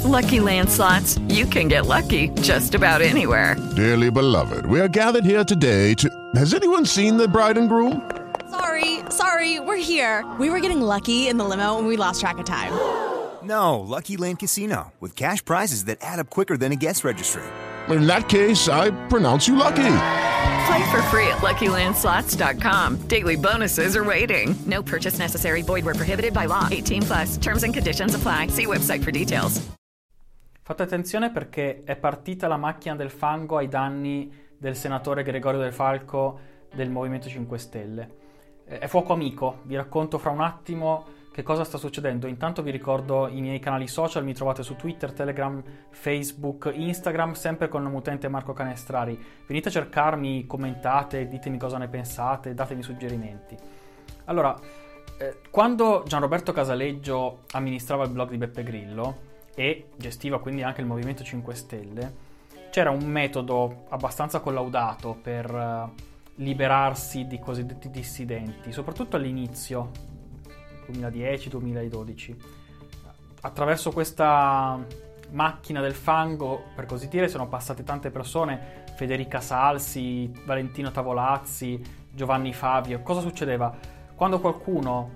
Lucky Land Slots, you can get lucky just about anywhere. Dearly beloved, we are gathered here today to... Has anyone seen the bride and groom? Sorry, we're here. We were getting lucky in the limo and we lost track of time. No, Lucky Land Casino, with cash prizes that add up quicker than a guest registry. In that case, I pronounce you lucky. Play for free at LuckyLandSlots.com. Daily bonuses are waiting. No purchase necessary. Void where prohibited by law. 18+. Terms and conditions apply. See website for details. Fate attenzione perché è partita la macchina del fango ai danni del senatore Gregorio De Falco del Movimento 5 Stelle. È fuoco amico, vi racconto fra un attimo che cosa sta succedendo. Intanto vi ricordo i miei canali social, mi trovate su Twitter, Telegram, Facebook, Instagram, sempre con il nome utente Marco Canestrari. Venite a cercarmi, commentate, ditemi cosa ne pensate, datemi suggerimenti. Allora, quando Gianroberto Casaleggio amministrava il blog di Beppe Grillo e gestiva quindi anche il Movimento 5 Stelle, c'era un metodo abbastanza collaudato per liberarsi di cosiddetti dissidenti, soprattutto all'inizio, 2010-2012. Attraverso questa macchina del fango, per così dire, sono passate tante persone: Federica Salsi, Valentino Tavolazzi, Giovanni Favio. Cosa succedeva? Quando qualcuno,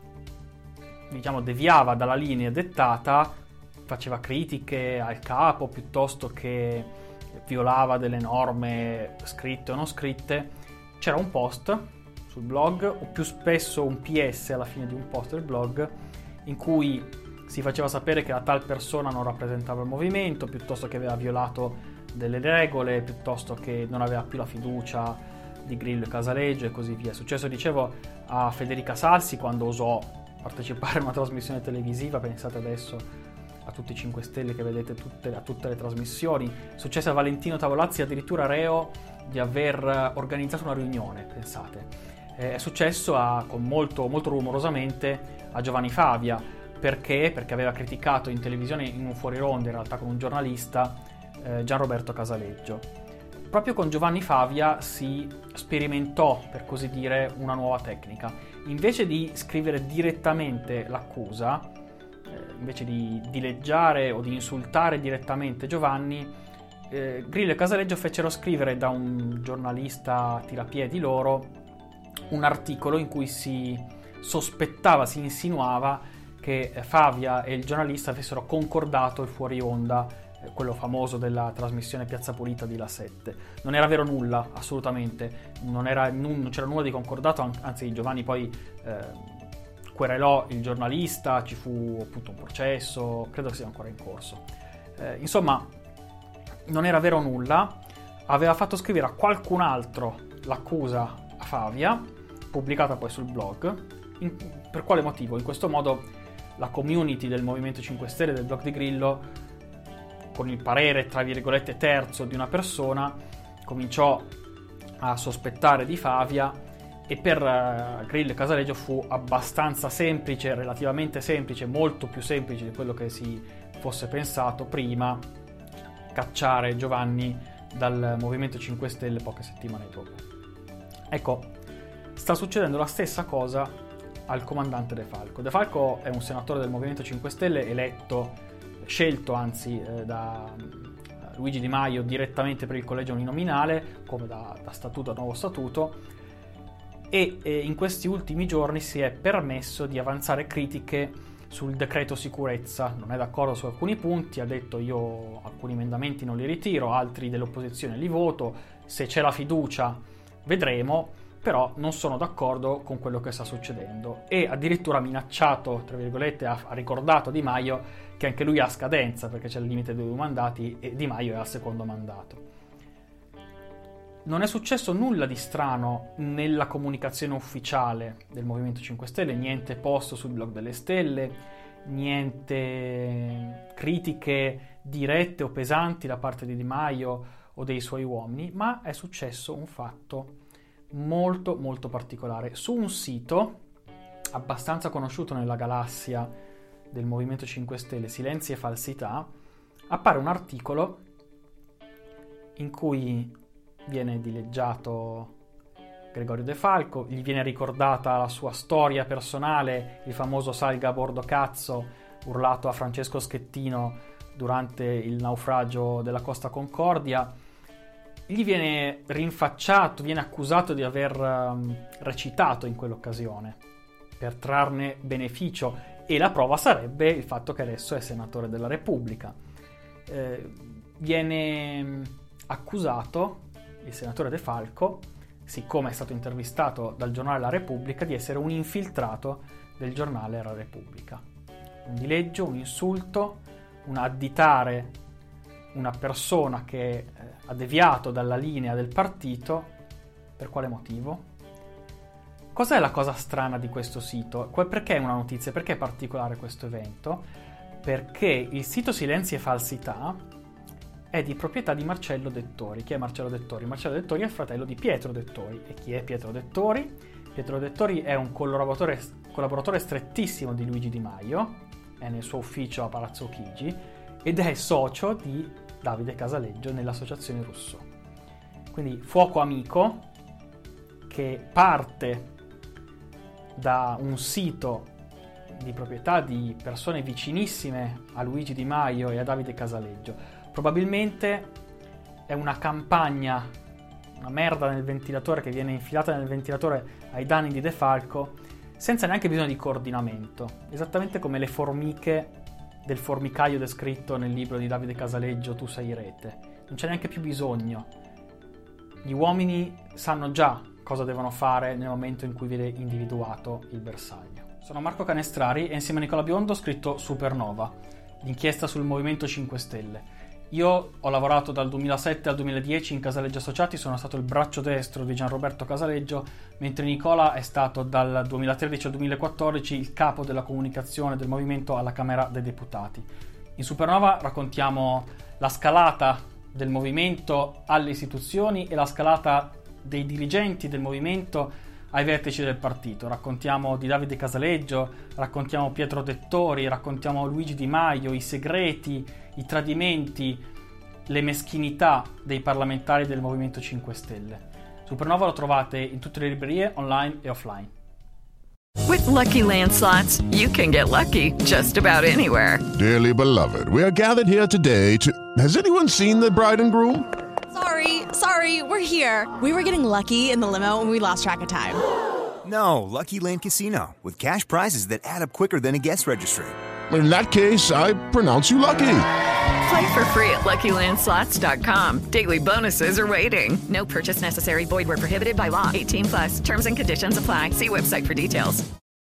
deviava dalla linea dettata, faceva critiche al capo piuttosto che violava delle norme scritte o non scritte, c'era un post sul blog, o più spesso un PS alla fine di un post del blog, in cui si faceva sapere che la tal persona non rappresentava il movimento, piuttosto che aveva violato delle regole, piuttosto che non aveva più la fiducia di Grillo e Casaleggio e così via. È successo, dicevo, a Federica Salsi quando osò partecipare a una trasmissione televisiva. Pensate adesso a tutti i 5 Stelle che vedete a tutte le trasmissioni. È successo a Valentino Tavolazzi, addirittura reo di aver organizzato una riunione, pensate. È successo con molto, molto rumorosamente a Giovanni Favia. Perché? Perché aveva criticato in televisione, in un fuorironda, in realtà con un giornalista, Gianroberto Casaleggio. Proprio con Giovanni Favia si sperimentò, per così dire, una nuova tecnica. Invece di scrivere direttamente l'accusa, invece di dileggiare o di insultare direttamente Giovanni, Grillo e Casaleggio fecero scrivere da un giornalista tirapiedi loro un articolo in cui si sospettava, si insinuava che Favia e il giornalista avessero concordato il fuori onda, quello famoso della trasmissione Piazza Pulita di La 7. Non era vero nulla, assolutamente, non c'era nulla di concordato, anzi Giovanni poi querelò il giornalista, ci fu appunto un processo, credo che sia ancora in corso. Insomma, non era vero nulla, aveva fatto scrivere a qualcun altro l'accusa a Favia, pubblicata poi sul blog. Per quale motivo? In questo modo la community del Movimento 5 Stelle, del blog di Grillo, con il parere tra virgolette terzo di una persona, cominciò a sospettare di Favia, e per Grillo e Casaleggio fu abbastanza semplice, relativamente semplice, molto più semplice di quello che si fosse pensato prima, cacciare Giovanni dal Movimento 5 Stelle poche settimane dopo. Ecco, sta succedendo la stessa cosa al comandante De Falco. De Falco è un senatore del Movimento 5 Stelle, scelto anzi da Luigi Di Maio direttamente per il collegio uninominale, come da statuto, nuovo statuto, e in questi ultimi giorni si è permesso di avanzare critiche sul decreto sicurezza. Non è d'accordo su alcuni punti, ha detto: io alcuni emendamenti non li ritiro, altri dell'opposizione li voto, se c'è la fiducia vedremo, però non sono d'accordo con quello che sta succedendo, e addirittura ha minacciato, tra virgolette, ha ricordato a Di Maio che anche lui ha scadenza, perché c'è il limite dei 2 mandati e Di Maio è al secondo mandato. Non è successo nulla di strano nella comunicazione ufficiale del Movimento 5 Stelle, niente post sul blog delle stelle, niente critiche dirette o pesanti da parte di Di Maio o dei suoi uomini, ma è successo un fatto molto molto particolare. Su un sito abbastanza conosciuto nella galassia del Movimento 5 Stelle, Silenzi e Falsità, appare un articolo in cui viene dileggiato Gregorio De Falco, gli viene ricordata la sua storia personale, il famoso salga a bordo cazzo urlato a Francesco Schettino durante il naufragio della Costa Concordia. Gli viene rinfacciato, viene accusato di aver recitato in quell'occasione per trarne beneficio, e la prova sarebbe il fatto che adesso è senatore della Repubblica. Viene accusato il senatore De Falco, siccome è stato intervistato dal giornale La Repubblica, di essere un infiltrato del giornale La Repubblica. Un dileggio, un insulto, un additare una persona che ha deviato dalla linea del partito. Per quale motivo? Cos'è la cosa strana di questo sito? Perché è una notizia? Perché è particolare questo evento? Perché il sito Silenzi e Falsità è di proprietà di Marcello Dettori. Chi è Marcello Dettori? Marcello Dettori è il fratello di Pietro Dettori. E chi è Pietro Dettori? Pietro Dettori è un collaboratore strettissimo di Luigi Di Maio, è nel suo ufficio a Palazzo Chigi, ed è socio di Davide Casaleggio nell'associazione Rousseau. Quindi fuoco amico che parte da un sito di proprietà di persone vicinissime a Luigi Di Maio e a Davide Casaleggio. Probabilmente è una campagna, una merda nel ventilatore che viene infilata nel ventilatore ai danni di De Falco, senza neanche bisogno di coordinamento, esattamente come le formiche del formicaio descritto nel libro di Davide Casaleggio Tu sei rete. Non c'è neanche più bisogno. Gli uomini sanno già cosa devono fare nel momento in cui viene individuato il bersaglio. Sono Marco Canestrari e insieme a Nicola Biondo ho scritto Supernova, l'inchiesta sul Movimento 5 Stelle. Io ho lavorato dal 2007 al 2010 in Casaleggio Associati, sono stato il braccio destro di Gianroberto Casaleggio, mentre Nicola è stato dal 2013 al 2014 il capo della comunicazione del movimento alla Camera dei Deputati. In Supernova raccontiamo la scalata del movimento alle istituzioni e la scalata dei dirigenti del movimento ai vertici del partito. Raccontiamo di Davide Casaleggio, raccontiamo Pietro Dettori, raccontiamo Luigi Di Maio, i segreti, i tradimenti, le meschinità dei parlamentari del Movimento 5 Stelle. Supernova lo trovate in tutte le librerie online e offline. With Lucky Land Slots, you can get lucky just about anywhere. Dearly beloved, we are gathered here today to... Has anyone seen the bride and groom? Sorry, we're here. We were getting lucky in the limo and we lost track of time. No, Lucky Land Casino, with cash prizes that add up quicker than a guest registry. In that case, I pronounce you lucky. Play for free at LuckyLandSlots.com. Daily bonuses are waiting. No purchase necessary. Void where prohibited by law. 18+. Terms and conditions apply. See website for details.